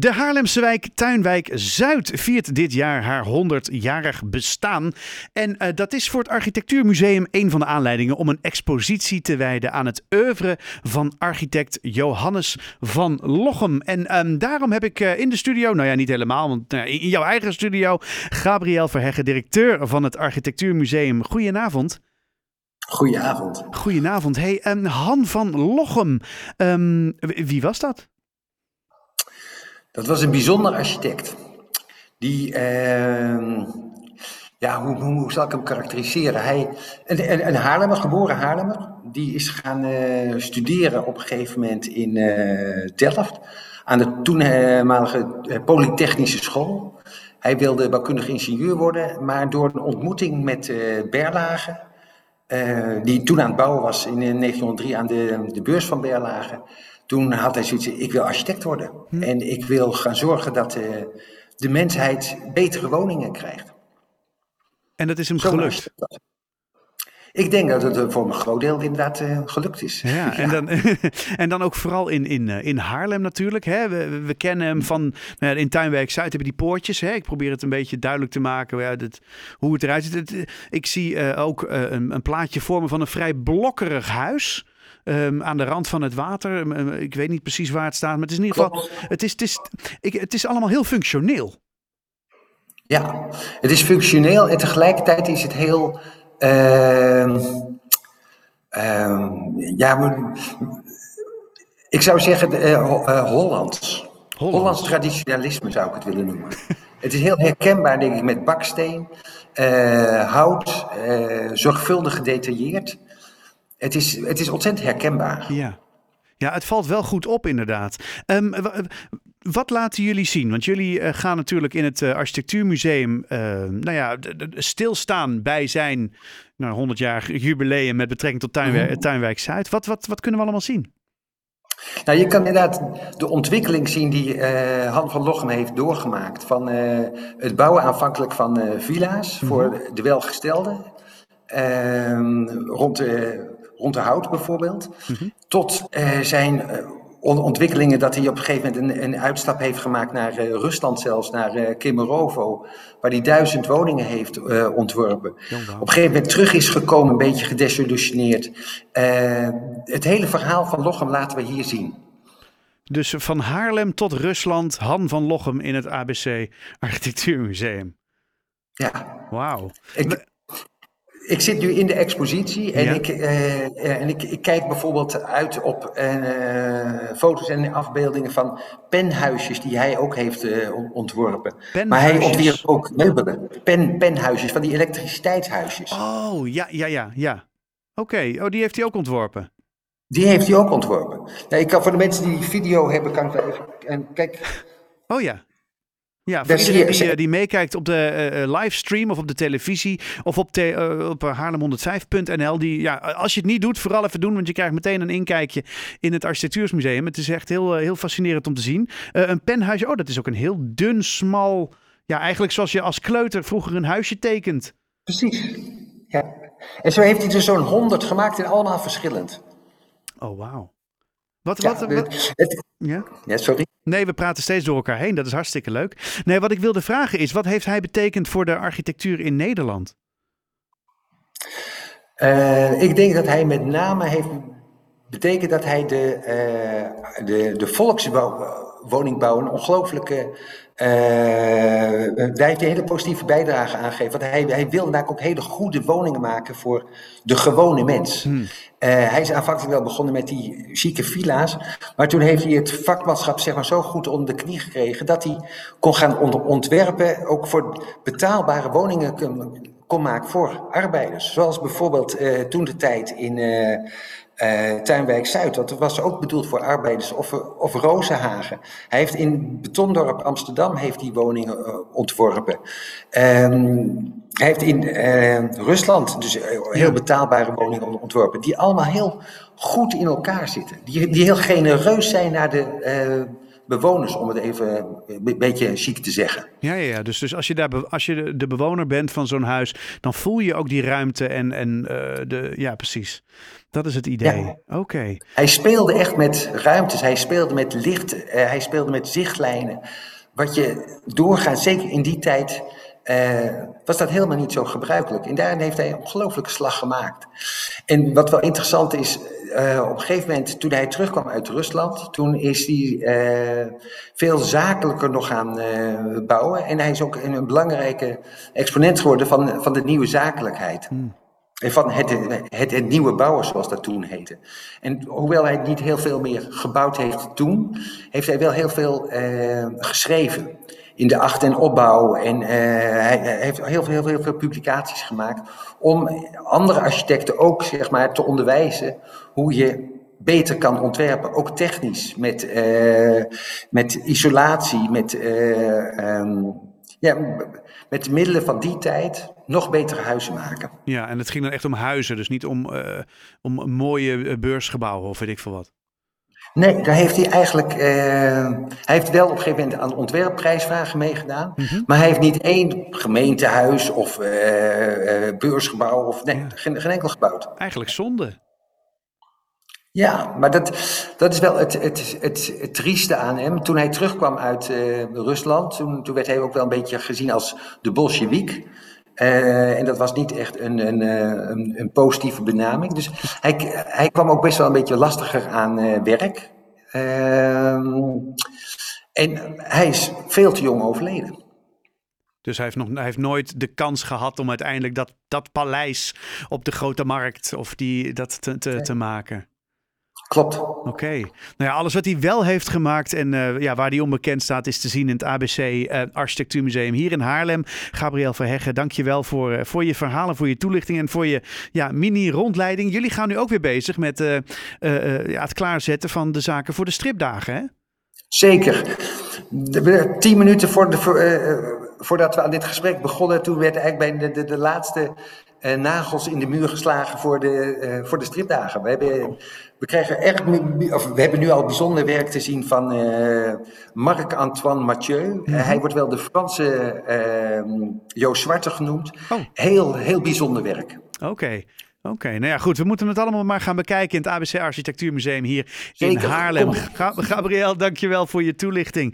De Haarlemse wijk Tuinwijk Zuid viert dit jaar haar 100-jarig bestaan. En dat is voor het Architectuurmuseum een van de aanleidingen om een expositie te wijden aan het oeuvre van architect Johannes van Lochem. En daarom heb ik in de studio, nou ja, niet helemaal, want in jouw eigen studio, Gabriël Verheggen, directeur van het Architectuurmuseum. Goedenavond. Goedenavond. Goedenavond. Hey, Han van Lochem, wie was dat? Dat was een bijzonder architect. Die, hoe zal ik hem karakteriseren? Een Haarlemmer, geboren Haarlemmer. Die is gaan studeren op een gegeven moment in Delft. Aan de toenmalige Polytechnische School. Hij wilde bouwkundig ingenieur worden, maar door een ontmoeting met Berlage, die toen aan het bouwen was in 1903 aan de beurs van Berlage. Toen had hij zoiets, ik wil architect worden. En ik wil gaan zorgen dat de mensheid betere woningen krijgt. En dat is hem gelukt? Ik denk dat het voor een groot deel inderdaad gelukt is. Ja, ja. En dan ook vooral in Haarlem natuurlijk. Hè? We kennen hem van, in Tuinwijk Zuid hebben die poortjes. Hè? Ik probeer het een beetje duidelijk te maken hoe het eruit ziet. Ik zie ook een plaatje voor me van een vrij blokkerig huis. Aan de rand van het water. Ik weet niet precies waar het staat. Maar het is in ieder geval. Het is allemaal heel functioneel. Ja, het is functioneel en tegelijkertijd is het heel. Ik zou zeggen Hollands. Hollands traditionalisme zou ik het willen noemen. Het is heel herkenbaar, denk ik, met baksteen, hout, zorgvuldig gedetailleerd. Het is ontzettend herkenbaar. Ja, het valt wel goed op inderdaad. Wat laten jullie zien? Want jullie gaan natuurlijk in het Architectuurmuseum stilstaan bij zijn 100-jarig jubileum met betrekking tot Tuinwijk Zuid. Wat kunnen we allemaal zien? Nou, je kan inderdaad de ontwikkeling zien die Han van Lochem heeft doorgemaakt. Van het bouwen aanvankelijk van villa's voor de welgestelden. Rond de hout bijvoorbeeld. Tot zijn ontwikkelingen dat hij op een gegeven moment een uitstap heeft gemaakt naar Rusland zelfs, naar Kemerovo, waar hij 1000 woningen heeft ontworpen. Op een gegeven moment terug is gekomen, een beetje gedesillusioneerd. Het hele verhaal van Lochem laten we hier zien. Dus van Haarlem tot Rusland, Han van Lochem in het ABC Architectuurmuseum. Ja. Wauw. Ik zit nu in de expositie en ik kijk bijvoorbeeld uit op foto's en afbeeldingen van penhuisjes die hij ook heeft ontworpen. Maar hij ontwierp ook meubelen. Penhuisjes, van die elektriciteitshuisjes. Oh, ja. Oké, die heeft hij ook ontworpen. Die heeft hij ook ontworpen. Ja, ik kan voor de mensen die video hebben, kan ik wel even kijken. Oh ja. Ja, voor iedereen die meekijkt op de livestream of op de televisie of op haarlem105.nl. Als je het niet doet, vooral even doen, want je krijgt meteen een inkijkje in het Architectuurmuseum. Het is echt heel fascinerend om te zien. Een penhuisje, dat is ook een heel dun, smal, eigenlijk zoals je als kleuter vroeger een huisje tekent. Precies, ja. En zo heeft hij er zo'n 100 gemaakt en allemaal verschillend. Oh, wauw. Ja, sorry. Nee, we praten steeds door elkaar heen. Dat is hartstikke leuk. Nee, wat ik wilde vragen is, wat heeft hij betekend voor de architectuur in Nederland? Ik denk dat hij met name heeft betekend dat hij de volkswoningbouw een ongelooflijke. Daar heeft hij een hele positieve bijdrage aan gegeven. Want hij wilde namelijk ook hele goede woningen maken voor de gewone mens. Hij is aanvankelijk wel begonnen met die chique villa's. Maar toen heeft hij het vakmanschap zo goed onder de knie gekregen dat hij kon gaan ontwerpen, ook voor betaalbare woningen kon maken voor arbeiders. Zoals bijvoorbeeld toen de tijd in Tuinwijk Zuid, dat was ook bedoeld voor arbeiders, of Rozenhagen. Hij heeft in Betondorp Amsterdam die woningen ontworpen. Hij heeft in Rusland dus heel betaalbare woningen ontworpen, die allemaal heel goed in elkaar zitten. Die heel genereus zijn naar de bewoners, om het even een beetje chic te zeggen. Ja. Dus als je de bewoner bent van zo'n huis, dan voel je ook die ruimte ja, precies. Dat is het idee. Ja. Oké. Hij speelde echt met ruimtes, hij speelde met licht, hij speelde met zichtlijnen. Wat je doorgaat, zeker in die tijd, was dat helemaal niet zo gebruikelijk. En daarin heeft hij een ongelooflijke slag gemaakt. En wat wel interessant is, op een gegeven moment toen hij terugkwam uit Rusland, toen is hij veel zakelijker nog gaan bouwen. En hij is ook een belangrijke exponent geworden van de nieuwe zakelijkheid. En van het nieuwe bouwen, zoals dat toen heette. En hoewel hij niet heel veel meer gebouwd heeft toen, heeft hij wel heel veel geschreven in de acht- en opbouw. En hij heeft heel veel publicaties gemaakt om andere architecten ook, zeg maar, te onderwijzen hoe je beter kan ontwerpen. Ook technisch, met isolatie, met de middelen van die tijd nog betere huizen maken. Ja, en het ging dan echt om huizen, dus niet om mooie beursgebouwen of weet ik veel wat. Nee, daar heeft hij eigenlijk. Hij heeft wel op een gegeven moment aan de ontwerpprijsvragen meegedaan. Maar hij heeft niet één gemeentehuis of beursgebouw of geen enkel gebouwd. Eigenlijk zonde. Ja, maar dat is wel het trieste aan hem. Toen hij terugkwam uit Rusland, toen werd hij ook wel een beetje gezien als de Bolsjewiek. En dat was niet echt een positieve benaming. Dus hij kwam ook best wel een beetje lastiger aan werk. En hij is veel te jong overleden. Dus hij heeft nooit de kans gehad om uiteindelijk dat paleis op de Grote Markt of dat te maken. Klopt. Oké. Nou ja, alles wat hij wel heeft gemaakt en waar hij onbekend staat is te zien in het ABC Architectuurmuseum hier in Haarlem. Gabriël Verheggen, dank je wel voor je verhalen, voor je toelichting en voor je mini-rondleiding. Jullie gaan nu ook weer bezig met het klaarzetten van de zaken voor de stripdagen, hè? Zeker. 10 minuten voordat we aan dit gesprek begonnen, toen werd eigenlijk bij de laatste nagels in de muur geslagen voor de stripdagen. We hebben nu al bijzonder werk te zien van Marc-Antoine Mathieu. Hij wordt wel de Franse Joost Zwarte genoemd. Oh. Heel bijzonder werk. Oké, nou ja, goed. We moeten het allemaal maar gaan bekijken in het ABC Architectuurmuseum hier in Haarlem. Gabriël, dankjewel voor je toelichting.